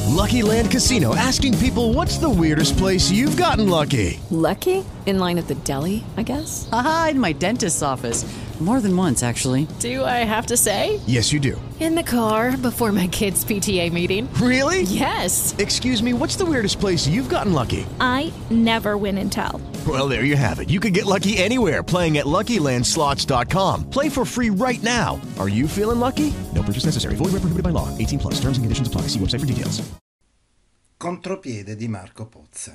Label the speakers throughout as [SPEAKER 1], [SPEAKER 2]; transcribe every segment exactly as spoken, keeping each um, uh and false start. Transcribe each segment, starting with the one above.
[SPEAKER 1] Lucky Land Casino, asking people, what's the weirdest place you've gotten lucky?
[SPEAKER 2] Lucky? In line at the deli, I guess?
[SPEAKER 3] Aha, in my dentist's office. More than once, actually.
[SPEAKER 2] Do I have to say?
[SPEAKER 1] Yes, you do.
[SPEAKER 2] In the car before my kids' P T A meeting.
[SPEAKER 1] Really?
[SPEAKER 2] Yes.
[SPEAKER 1] Excuse me, what's the weirdest place you've gotten lucky?
[SPEAKER 4] I never win and tell.
[SPEAKER 1] Well, there you have it. You can get lucky anywhere, playing at Lucky Land Slots dot com. Play for free right now. Are you feeling lucky? No purchase necessary. Void where prohibited by law. eighteen plus. Terms and conditions apply. See website for details.
[SPEAKER 5] Contropiede di Marco Pozza.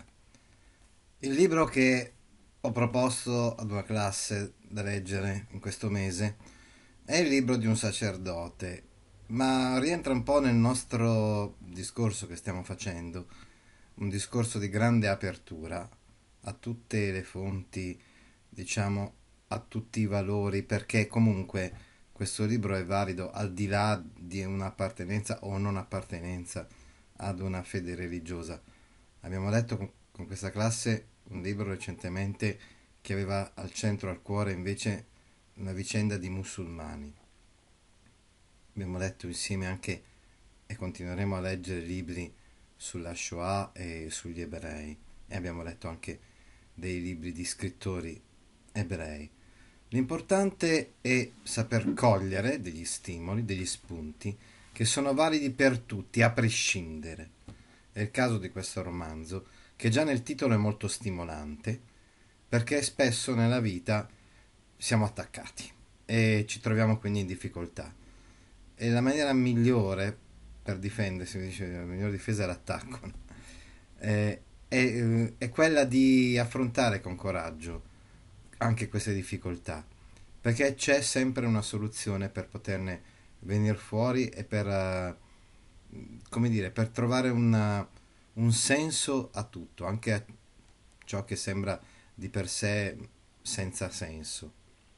[SPEAKER 5] Il libro che ho proposto ad una classe da leggere in questo mese è il libro di un sacerdote, ma rientra un po' nel nostro discorso che stiamo facendo, un discorso di grande apertura a tutte le fonti, diciamo a tutti i valori, perché comunque questo libro è valido al di là di un'appartenenza o non appartenenza ad una fede religiosa. Abbiamo letto con, con questa classe un libro recentemente che aveva al centro, al cuore invece una vicenda di musulmani. Abbiamo letto insieme anche e continueremo a leggere libri sulla Shoah e sugli ebrei, e abbiamo letto anche dei libri di scrittori ebrei. L'importante è saper cogliere degli stimoli, degli spunti che sono validi per tutti, a prescindere. È il caso di questo romanzo, che già nel titolo è molto stimolante, perché spesso nella vita siamo attaccati e ci troviamo quindi in difficoltà. E la maniera migliore per difendersi, mi dice, la migliore difesa è l'attacco, no? è, è, è quella di affrontare con coraggio anche queste difficoltà, perché c'è sempre una soluzione per poterne venire fuori e per, uh, come dire, per trovare una, un senso a tutto, anche a ciò che sembra di per sé senza senso.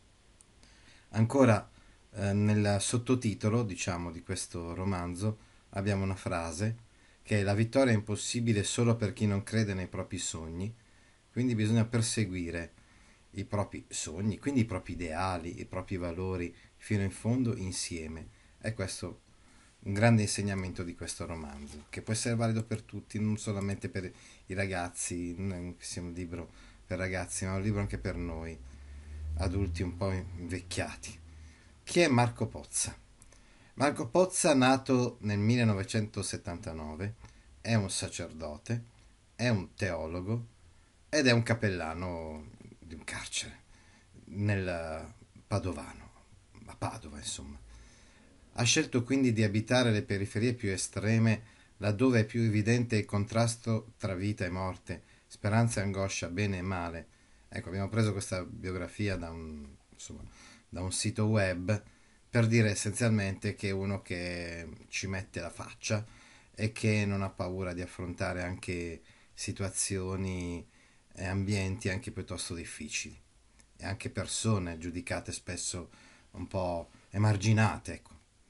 [SPEAKER 5] Ancora, eh, nel sottotitolo, diciamo, di questo romanzo abbiamo una frase che è: la vittoria è impossibile solo per chi non crede nei propri sogni, quindi bisogna perseguire i propri sogni, quindi i propri ideali, i propri valori fino in fondo insieme. È questo un grande insegnamento di questo romanzo, che può essere valido per tutti, non solamente per i ragazzi, non è che sia un libro per ragazzi, ma è un libro anche per noi adulti un po' invecchiati. Chi è Marco Pozza? Marco Pozza, nato nel millenovecentosettantanove, è un sacerdote, è un teologo ed è un cappellano di un carcere nel Padovano, a Padova insomma. Ha scelto quindi di abitare le periferie più estreme, laddove è più evidente il contrasto tra vita e morte, speranza e angoscia, bene e male. Ecco, abbiamo preso questa biografia da un, insomma, da un sito web per dire essenzialmente che è uno che ci mette la faccia e che non ha paura di affrontare anche situazioni e ambienti anche piuttosto difficili, e anche persone giudicate spesso un po' emarginate, ecco.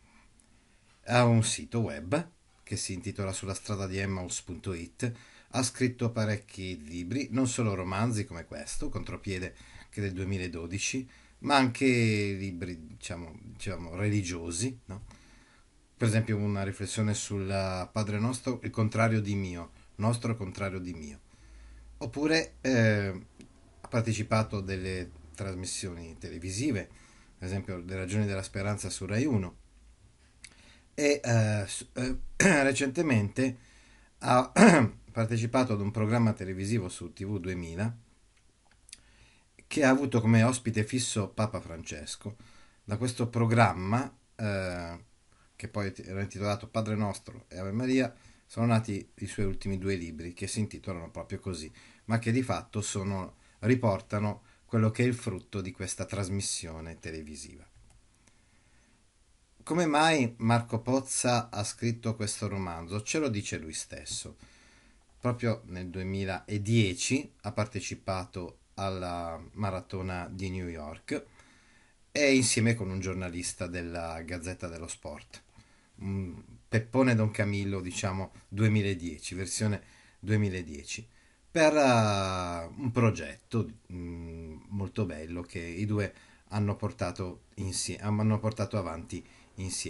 [SPEAKER 5] Ha un sito web che si intitola sulla strada di Emmaus punto it, ha scritto parecchi libri, non solo romanzi come questo, Contropiede, che è del duemiladodici, ma anche libri, diciamo, diciamo religiosi, no? Per esempio una riflessione sul Padre Nostro, il contrario di mio, nostro contrario di mio. Oppure eh, ha partecipato a delle trasmissioni televisive, per esempio Le ragioni della speranza su Rai uno, e eh, eh, recentemente ha partecipato ad un programma televisivo su T V duemila che ha avuto come ospite fisso Papa Francesco. Da questo programma, eh, che poi era intitolato Padre Nostro e Ave Maria, sono nati i suoi ultimi due libri, che si intitolano proprio così, ma che di fatto sono, riportano quello che è il frutto di questa trasmissione televisiva. Come mai Marco Pozza ha scritto questo romanzo? Ce lo dice lui stesso. Proprio nel duemiladieci ha partecipato alla maratona di New York, e insieme con un giornalista della Gazzetta dello Sport, un Peppone Don Camillo, diciamo duemiladieci, versione duemiladieci, per uh, un progetto um, molto bello che i due hanno portato, insieme, hanno portato avanti insieme.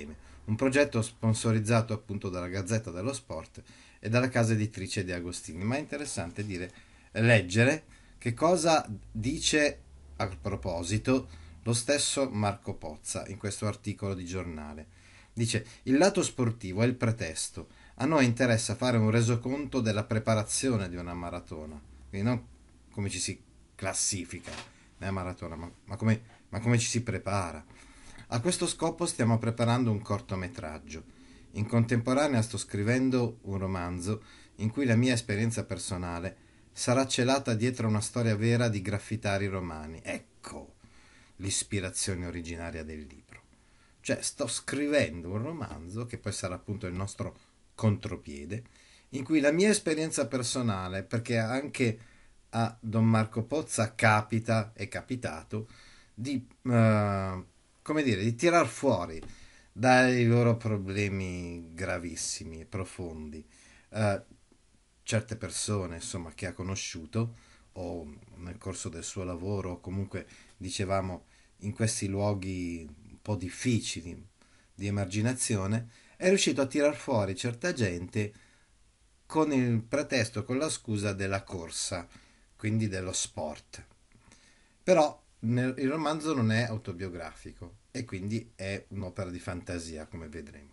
[SPEAKER 5] un progetto sponsorizzato appunto dalla Gazzetta dello Sport e dalla casa editrice di Agostini. Ma è interessante dire, leggere che cosa dice a proposito lo stesso Marco Pozza in questo articolo di giornale. Dice: il lato sportivo è il pretesto, a noi interessa fare un resoconto della preparazione di una maratona, quindi non come ci si classifica nella maratona, ma, ma, come, ma come ci si prepara. A questo scopo stiamo preparando un cortometraggio. In contemporanea sto scrivendo un romanzo in cui la mia esperienza personale sarà celata dietro una storia vera di graffitari romani. Ecco l'ispirazione originaria del libro. Cioè, sto scrivendo un romanzo, che poi sarà appunto il nostro contropiede, in cui la mia esperienza personale, perché anche a Don Marco Pozza capita, è capitato, di, uh, come dire, di tirar fuori dai loro problemi gravissimi e profondi uh, certe persone, insomma, che ha conosciuto o nel corso del suo lavoro, o comunque, dicevamo, in questi luoghi un po' difficili di emarginazione, è riuscito a tirar fuori certa gente con il pretesto, con la scusa della corsa, quindi dello sport. Però nel, il romanzo non è autobiografico e quindi è un'opera di fantasia, come vedremo.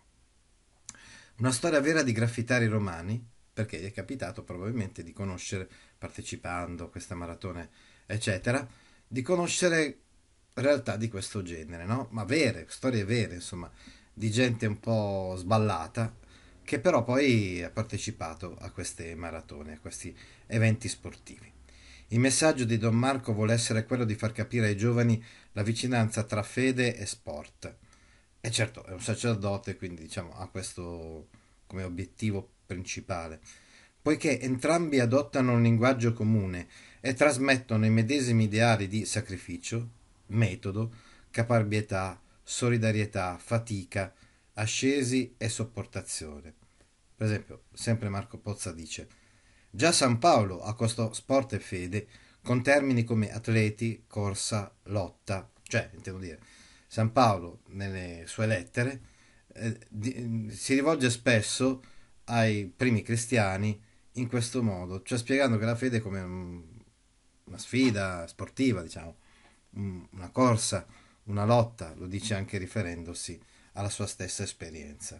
[SPEAKER 5] Una storia vera di graffitari romani, perché gli è capitato probabilmente di conoscere, partecipando a queste maratone, eccetera, di conoscere realtà di questo genere, no? Ma vere, storie vere, insomma, di gente un po' sballata, che però poi ha partecipato a queste maratone, a questi eventi sportivi. Il messaggio di Don Marco vuole essere quello di far capire ai giovani la vicinanza tra fede e sport. E certo, è un sacerdote, quindi diciamo ha questo come obiettivo principale, poiché entrambi adottano un linguaggio comune e trasmettono i medesimi ideali di sacrificio, metodo, caparbietà, solidarietà, fatica, ascesi e sopportazione. Per esempio, sempre Marco Pozza dice: già San Paolo accostò sport e fede con termini come atleti, corsa, lotta. Cioè, intendo dire, San Paolo nelle sue lettere eh, di, si rivolge spesso ai primi cristiani in questo modo, cioè spiegando che la fede è come un, una sfida sportiva, diciamo, un, una corsa, una lotta, lo dice anche riferendosi alla sua stessa esperienza.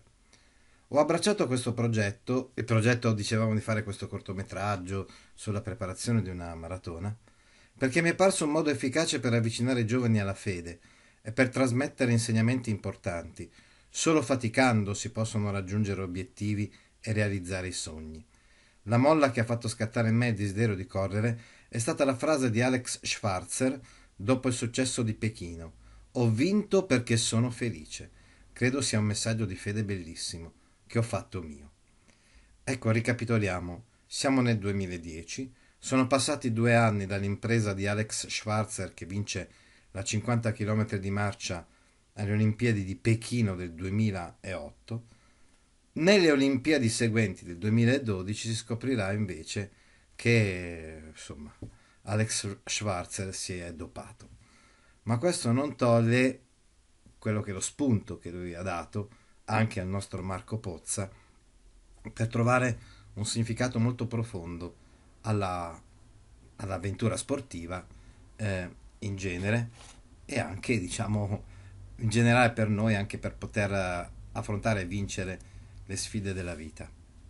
[SPEAKER 5] Ho abbracciato questo progetto, il progetto, dicevamo, di fare questo cortometraggio sulla preparazione di una maratona, perché mi è parso un modo efficace per avvicinare i giovani alla fede e per trasmettere insegnamenti importanti. Solo faticando si possono raggiungere obiettivi e realizzare i sogni. La molla che ha fatto scattare in me il desiderio di correre è stata la frase di Alex Schwarzer dopo il successo di Pechino: ho vinto perché sono felice. Credo sia un messaggio di fede bellissimo che ho fatto mio. Ecco, ricapitoliamo. Siamo nel duemiladieci, sono passati due anni dall'impresa di Alex Schwarzer che vince la cinquanta chilometri di marcia alle Olimpiadi di Pechino del duemilaotto. Nelle Olimpiadi seguenti del duemiladodici si scoprirà invece che, insomma, Alex Schwarzer si è dopato. Ma questo non toglie quello che è lo spunto che lui ha dato anche al nostro Marco Pozza per trovare un significato molto profondo alla, all'avventura sportiva eh, in genere, e anche, diciamo, in generale per noi, anche per poter affrontare e vincere le sfide della vita.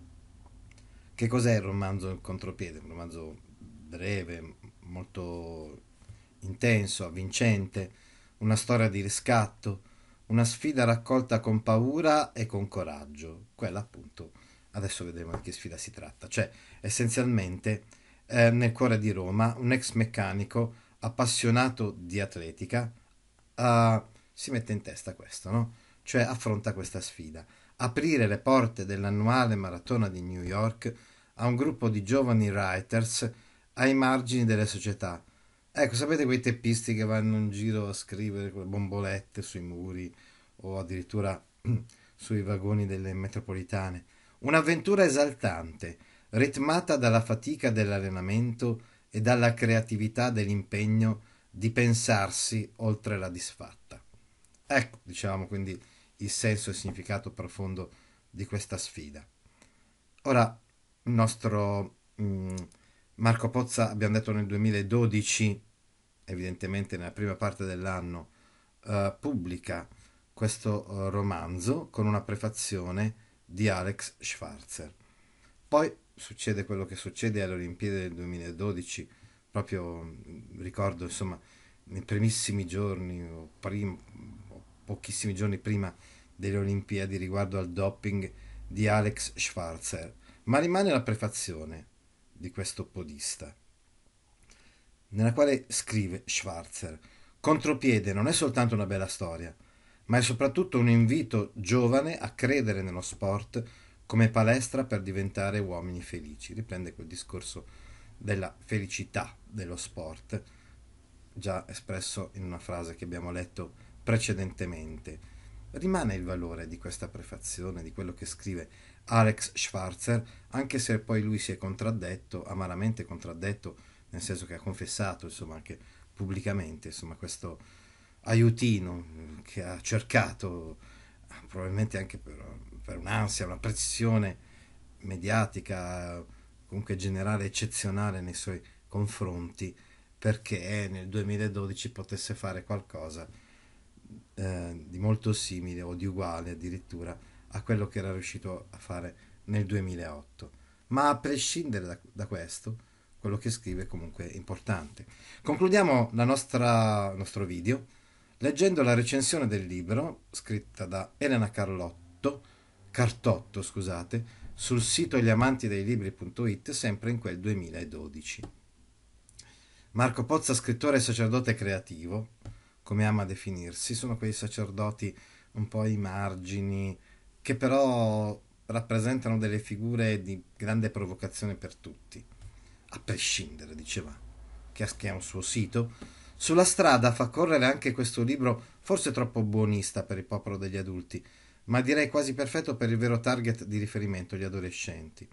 [SPEAKER 5] Che cos'è il romanzo Il contropiede? Un romanzo breve, molto intenso, avvincente, una storia di riscatto, una sfida raccolta con paura e con coraggio. Quella, appunto, adesso vedremo di che sfida si tratta. Cioè, essenzialmente, eh, nel cuore di Roma, un ex meccanico appassionato di atletica uh, si mette in testa questo, no? Cioè affronta questa sfida: aprire le porte dell'annuale maratona di New York a un gruppo di giovani writers ai margini delle società. Ecco, sapete quei teppisti che vanno in giro a scrivere con le bombolette sui muri o addirittura sui vagoni delle metropolitane? Un'avventura esaltante, ritmata dalla fatica dell'allenamento e dalla creatività dell'impegno di pensarsi oltre la disfatta. Ecco, diciamo, quindi il senso e il significato profondo di questa sfida. Ora, il nostro mh, Marco Pozza, abbiamo detto nel duemiladodici, evidentemente nella prima parte dell'anno, eh, pubblica questo eh, romanzo con una prefazione di Alex Schwarzer. Poi succede quello che succede alle Olimpiadi del duemiladodici, proprio mh, ricordo insomma nei primissimi giorni o, prim- o pochissimi giorni prima delle Olimpiadi riguardo al doping di Alex Schwarzer, ma rimane la prefazione di questo podista, nella quale scrive Schwarzer: Contropiede non è soltanto una bella storia, ma è soprattutto un invito giovane a credere nello sport come palestra per diventare uomini felici. Riprende quel discorso della felicità dello sport, già espresso in una frase che abbiamo letto precedentemente. Rimane il valore di questa prefazione, di quello che scrive Alex Schwarzer, anche se poi lui si è contraddetto, amaramente contraddetto, nel senso che ha confessato, insomma, anche pubblicamente, insomma, questo aiutino che ha cercato, probabilmente anche per, per un'ansia, una pressione mediatica, comunque generale, eccezionale nei suoi confronti, perché nel duemiladodici potesse fare qualcosa eh, di molto simile o di uguale addirittura a quello che era riuscito a fare nel duemilaotto. Ma a prescindere da, da questo, quello che scrive comunque è importante. Concludiamo la nostra, il nostro video leggendo la recensione del libro scritta da Elena Carlotto, Cartotto, scusate, sul sito gli amanti dei libri punto it, sempre in quel duemiladodici. Marco Pozza, scrittore e sacerdote creativo, come ama definirsi, sono quei sacerdoti un po' ai margini, che però rappresentano delle figure di grande provocazione per tutti, a prescindere, diceva, che ha un suo sito. Sulla strada fa correre anche questo libro, forse troppo buonista per il popolo degli adulti, ma direi quasi perfetto per il vero target di riferimento, gli adolescenti.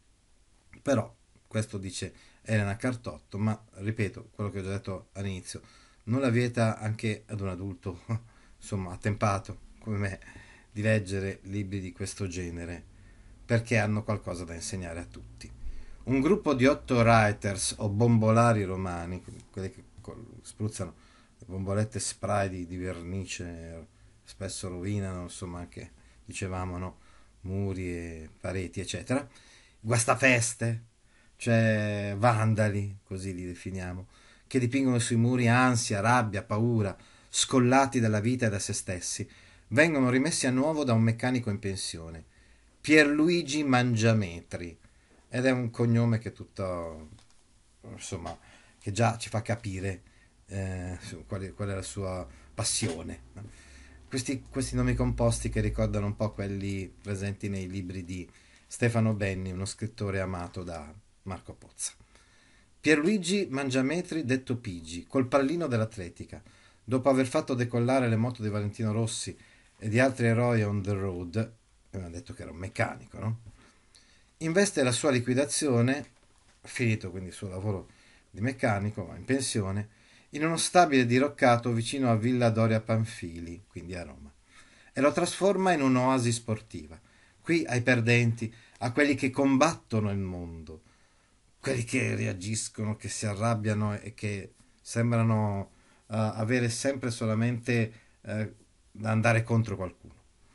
[SPEAKER 5] Però, questo dice Elena Cartotto, ma ripeto quello che ho già detto all'inizio, non la vieta anche ad un adulto, insomma, attempato come me, di leggere libri di questo genere, perché hanno qualcosa da insegnare a tutti. Un gruppo di otto writers o bombolari romani, quelli che spruzzano le bombolette spray di, di vernice, spesso rovinano, insomma, anche, dicevamo, no, muri e pareti, eccetera. Guastafeste, cioè vandali, così li definiamo, che dipingono sui muri ansia, rabbia, paura, scollati dalla vita e da se stessi, vengono rimessi a nuovo da un meccanico in pensione, Pierluigi Mangiametri, ed è un cognome che tutto, insomma, che già ci fa capire eh, qual, è, qual è la sua passione. Questi, questi nomi composti che ricordano un po' quelli presenti nei libri di Stefano Benni, uno scrittore amato da Marco Pozza. Pierluigi Mangiametri, detto Pigi, col pallino dell'atletica, dopo aver fatto decollare le moto di Valentino Rossi e di altri eroi on the road, aveva detto che era un meccanico, no? Investe la sua liquidazione, finito quindi il suo lavoro di meccanico, ma in pensione, in uno stabile diroccato vicino a Villa Doria Pamphili, quindi a Roma, e lo trasforma in un'oasi sportiva. Qui ai perdenti, a quelli che combattono il mondo, quelli che reagiscono, che si arrabbiano e che sembrano uh, avere sempre solamente uh, da andare contro qualcuno.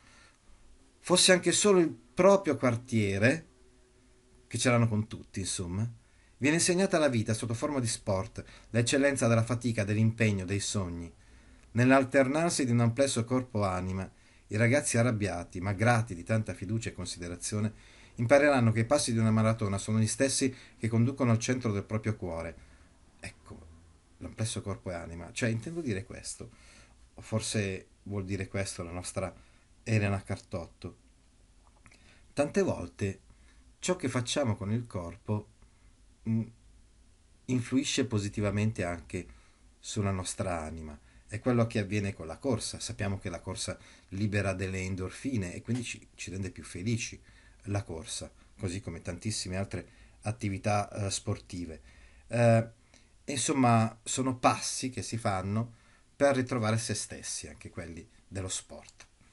[SPEAKER 5] Fosse anche solo il proprio quartiere, che ce l'hanno con tutti, insomma, viene insegnata la vita sotto forma di sport, l'eccellenza della fatica, dell'impegno, dei sogni. Nell'alternarsi di un amplesso corpo-anima, i ragazzi arrabbiati, ma grati di tanta fiducia e considerazione, impareranno che i passi di una maratona sono gli stessi che conducono al centro del proprio cuore. Ecco, l'amplesso corpo e anima. Cioè, intendo dire questo. O forse vuol dire questo la nostra Elena Cartotto. Tante volte ciò che facciamo con il corpo mh, influisce positivamente anche sulla nostra anima. È quello che avviene con la corsa. Sappiamo che la corsa libera delle endorfine e quindi ci, ci rende più felici la corsa, così come tantissime altre attività eh, sportive. Eh, insomma, sono passi che si fanno per ritrovare se stessi, anche quelli dello sport.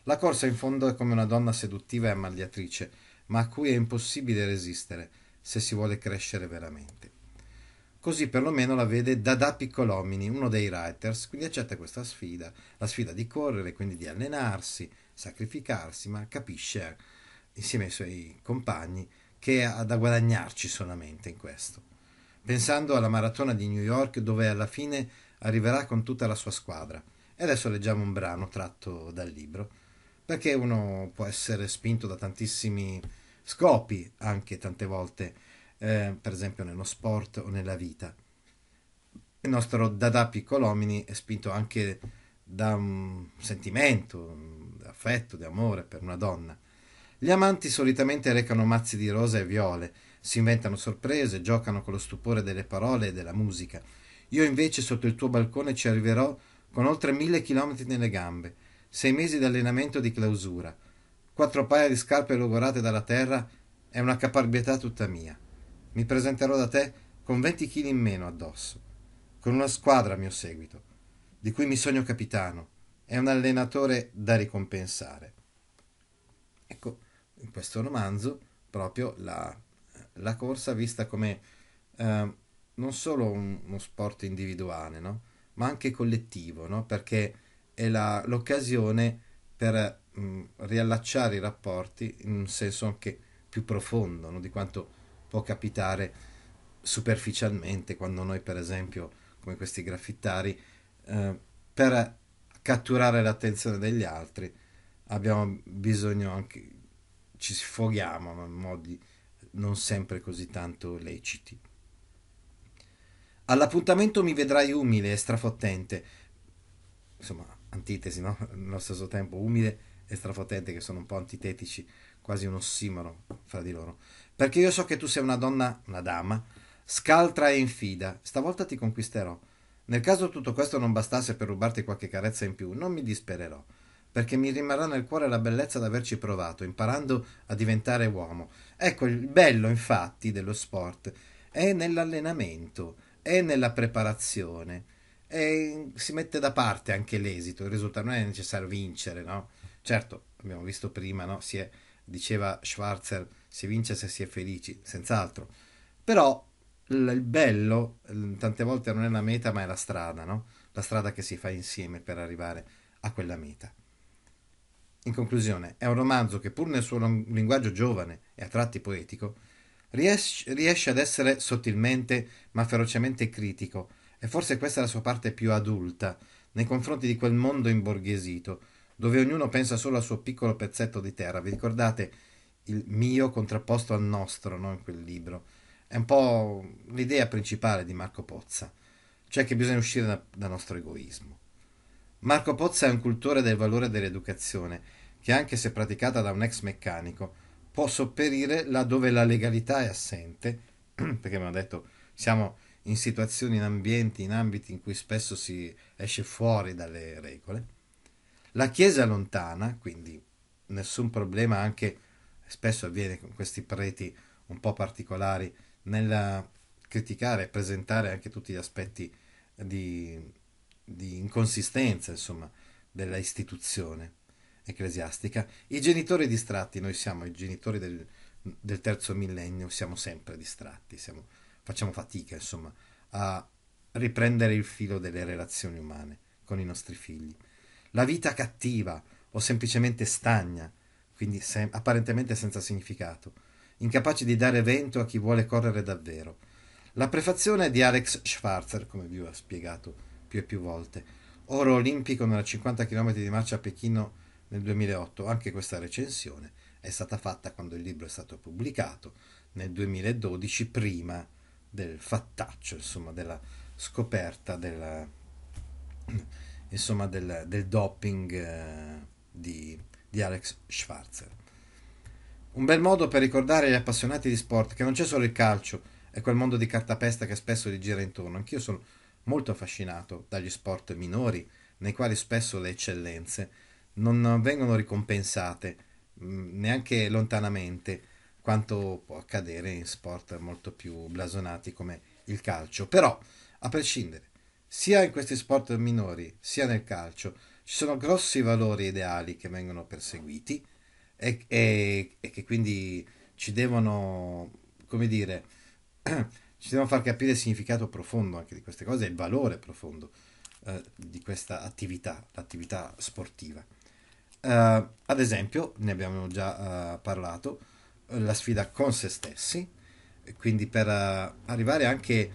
[SPEAKER 5] La corsa in fondo è come una donna seduttiva e ammagliatrice, ma a cui è impossibile resistere se si vuole crescere veramente. Così perlomeno la vede Dada Piccolomini, uno dei writers, quindi accetta questa sfida, la sfida di correre, quindi di allenarsi, sacrificarsi, ma capisce eh, insieme ai suoi compagni che ha da guadagnarci solamente in questo. Pensando alla maratona di New York dove alla fine arriverà con tutta la sua squadra. E adesso leggiamo un brano tratto dal libro, perché uno può essere spinto da tantissimi scopi, anche tante volte, eh, per esempio nello sport o nella vita. Il nostro Dada Piccolomini è spinto anche da un sentimento, di affetto, di amore per una donna. Gli amanti solitamente recano mazzi di rose e viole, si inventano sorprese, giocano con lo stupore delle parole e della musica. Io invece sotto il tuo balcone ci arriverò con oltre mille chilometri nelle gambe, sei mesi di allenamento di clausura, quattro paia di scarpe logorate dalla terra e una caparbietà tutta mia. Mi presenterò da te con venti chili in meno addosso, con una squadra a mio seguito, di cui mi sogno capitano, e un allenatore da ricompensare. Ecco, in questo romanzo proprio la, la corsa vista come eh, non solo un- uno sport individuale, no? Ma anche collettivo, no? Perché è la- l'occasione per mh, riallacciare i rapporti in un senso anche più profondo, no? Di quanto può capitare superficialmente quando noi, per esempio, come questi graffittari, eh, per catturare l'attenzione degli altri abbiamo bisogno anche, ci sfoghiamo ma in modi non sempre così tanto leciti. All'appuntamento mi vedrai umile e strafottente, insomma, antitesi, no? Nello stesso tempo umile e strafottente, che sono un po' antitetici, quasi un ossimoro fra di loro. Perché io so che tu sei una donna, una dama, scaltra e infida, stavolta ti conquisterò. Nel caso tutto questo non bastasse per rubarti qualche carezza in più, non mi dispererò, perché mi rimarrà nel cuore la bellezza d'averci provato, imparando a diventare uomo. Ecco, il bello, infatti, dello sport è nell'allenamento, è nella preparazione, e si mette da parte anche l'esito, il risultato non è necessario vincere, no? Certo, abbiamo visto prima, no? Si è, diceva Schwarzer, si vince se si è felici, senz'altro. Però il il bello l- tante volte non è la meta, ma è la strada, no? La strada che si fa insieme per arrivare a quella meta. In conclusione, è un romanzo che, pur nel suo long- linguaggio giovane e a tratti poetico, riesce, riesce ad essere sottilmente ma ferocemente critico, e forse questa è la sua parte più adulta nei confronti di quel mondo imborghesito, dove ognuno pensa solo al suo piccolo pezzetto di terra. Vi ricordate il mio contrapposto al nostro, no? In quel libro. È un po' l'idea principale di Marco Pozza, cioè che bisogna uscire da- dal nostro egoismo. Marco Pozza è un cultore del valore dell'educazione, che anche se praticata da un ex meccanico, può sopperire laddove la legalità è assente, perché abbiamo detto siamo in situazioni, in ambienti, in ambiti in cui spesso si esce fuori dalle regole. La Chiesa è lontana, quindi nessun problema, anche spesso avviene con questi preti un po' particolari, nel criticare e presentare anche tutti gli aspetti di, di inconsistenza, insomma, della istituzione ecclesiastica. I genitori distratti, noi siamo i genitori del, del terzo millennio, siamo sempre distratti, siamo- facciamo fatica, insomma, a riprendere il filo delle relazioni umane con i nostri figli. La vita cattiva o semplicemente stagna, quindi sem- apparentemente senza significato, incapaci di dare vento a chi vuole correre davvero. La prefazione è di Alex Schwarzer, come vi ho spiegato più e più volte, oro olimpico nella cinquanta chilometri di marcia a Pechino nel duemilaotto. Anche questa recensione è stata fatta quando il libro è stato pubblicato, nel duemiladodici, prima del fattaccio, insomma, della scoperta della, insomma, del, del doping eh, di, di Alex Schwarzer. Un bel modo per ricordare agli appassionati di sport che non c'è solo il calcio e quel mondo di cartapesta che spesso gli gira intorno. Anch'io sono molto affascinato dagli sport minori, nei quali spesso le eccellenze non vengono ricompensate mh, neanche lontanamente quanto può accadere in sport molto più blasonati come il calcio. Però, a prescindere, sia in questi sport minori sia nel calcio, ci sono grossi valori ideali che vengono perseguiti e, e, e che quindi ci devono, come dire, ci devono far capire il significato profondo anche di queste cose e il valore profondo eh, di questa attività, l'attività sportiva. Uh, ad esempio, ne abbiamo già uh, parlato, la sfida con se stessi, quindi per uh, arrivare anche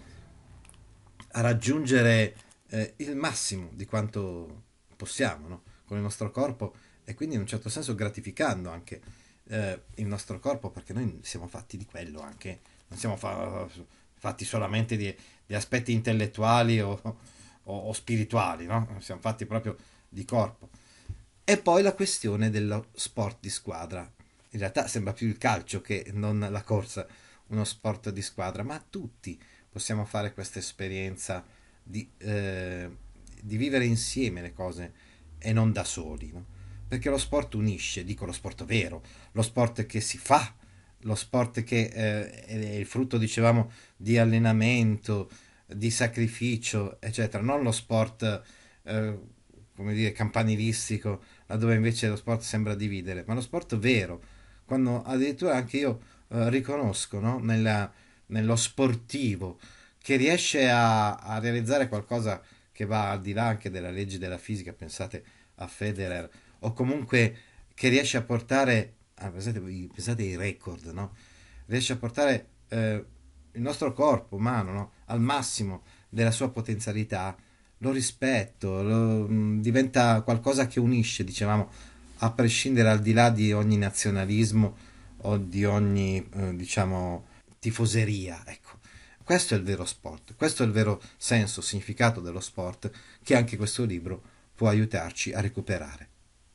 [SPEAKER 5] a raggiungere uh, il massimo di quanto possiamo, no? Con il nostro corpo, e quindi in un certo senso gratificando anche uh, il nostro corpo, perché noi siamo fatti di quello anche, non siamo fa- fatti solamente di, di aspetti intellettuali o, o, o spirituali, no? Siamo fatti proprio di corpo. E poi la questione dello sport di squadra. In realtà sembra più il calcio che non la corsa uno sport di squadra, ma tutti possiamo fare questa esperienza di, eh, di vivere insieme le cose e non da soli, no? Perché lo sport unisce, dico lo sport vero, lo sport che si fa, lo sport che eh, è il frutto, dicevamo, di allenamento, di sacrificio, eccetera, non lo sport eh, come dire, campanilistico, laddove invece lo sport sembra dividere, ma lo sport vero, quando addirittura anche io eh, riconosco, no? Nella, nello sportivo che riesce a, a realizzare qualcosa che va al di là anche della legge della fisica, pensate a Federer, o comunque che riesce a portare, ah, pensate, pensate ai record, no? Riesce a portare eh, il nostro corpo umano, no? Al massimo della sua potenzialità, lo rispetto, lo, mh, diventa qualcosa che unisce, dicevamo, a prescindere, al di là di ogni nazionalismo o di ogni, eh, diciamo, tifoseria, ecco. Questo è il vero sport, questo è il vero senso, significato dello sport, che anche questo libro può aiutarci a recuperare.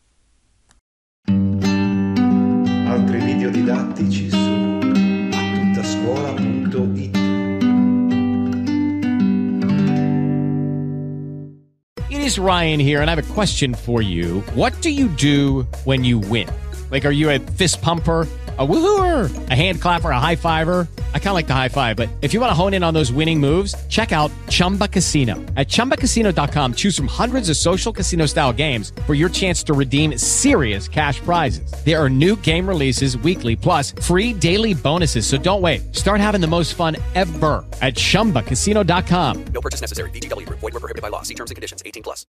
[SPEAKER 5] Altri video didattici su a tutta scuola punto it.
[SPEAKER 6] It is Ryan here, and I have a question for you. What do you do when you win? Like, are you a fist pumper, a woohooer, a hand clapper, a high fiver? I kind of like the high five, but if you want to hone in on those winning moves, check out Chumba Casino. At chumba casino dot com, choose from hundreds of social casino style games for your chance to redeem serious cash prizes. There are new game releases weekly, plus free daily bonuses. So don't wait. Start having the most fun ever at chumba casino dot com.
[SPEAKER 7] No purchase necessary. V G W Group. Void where prohibited by law. See terms and conditions. eighteen plus.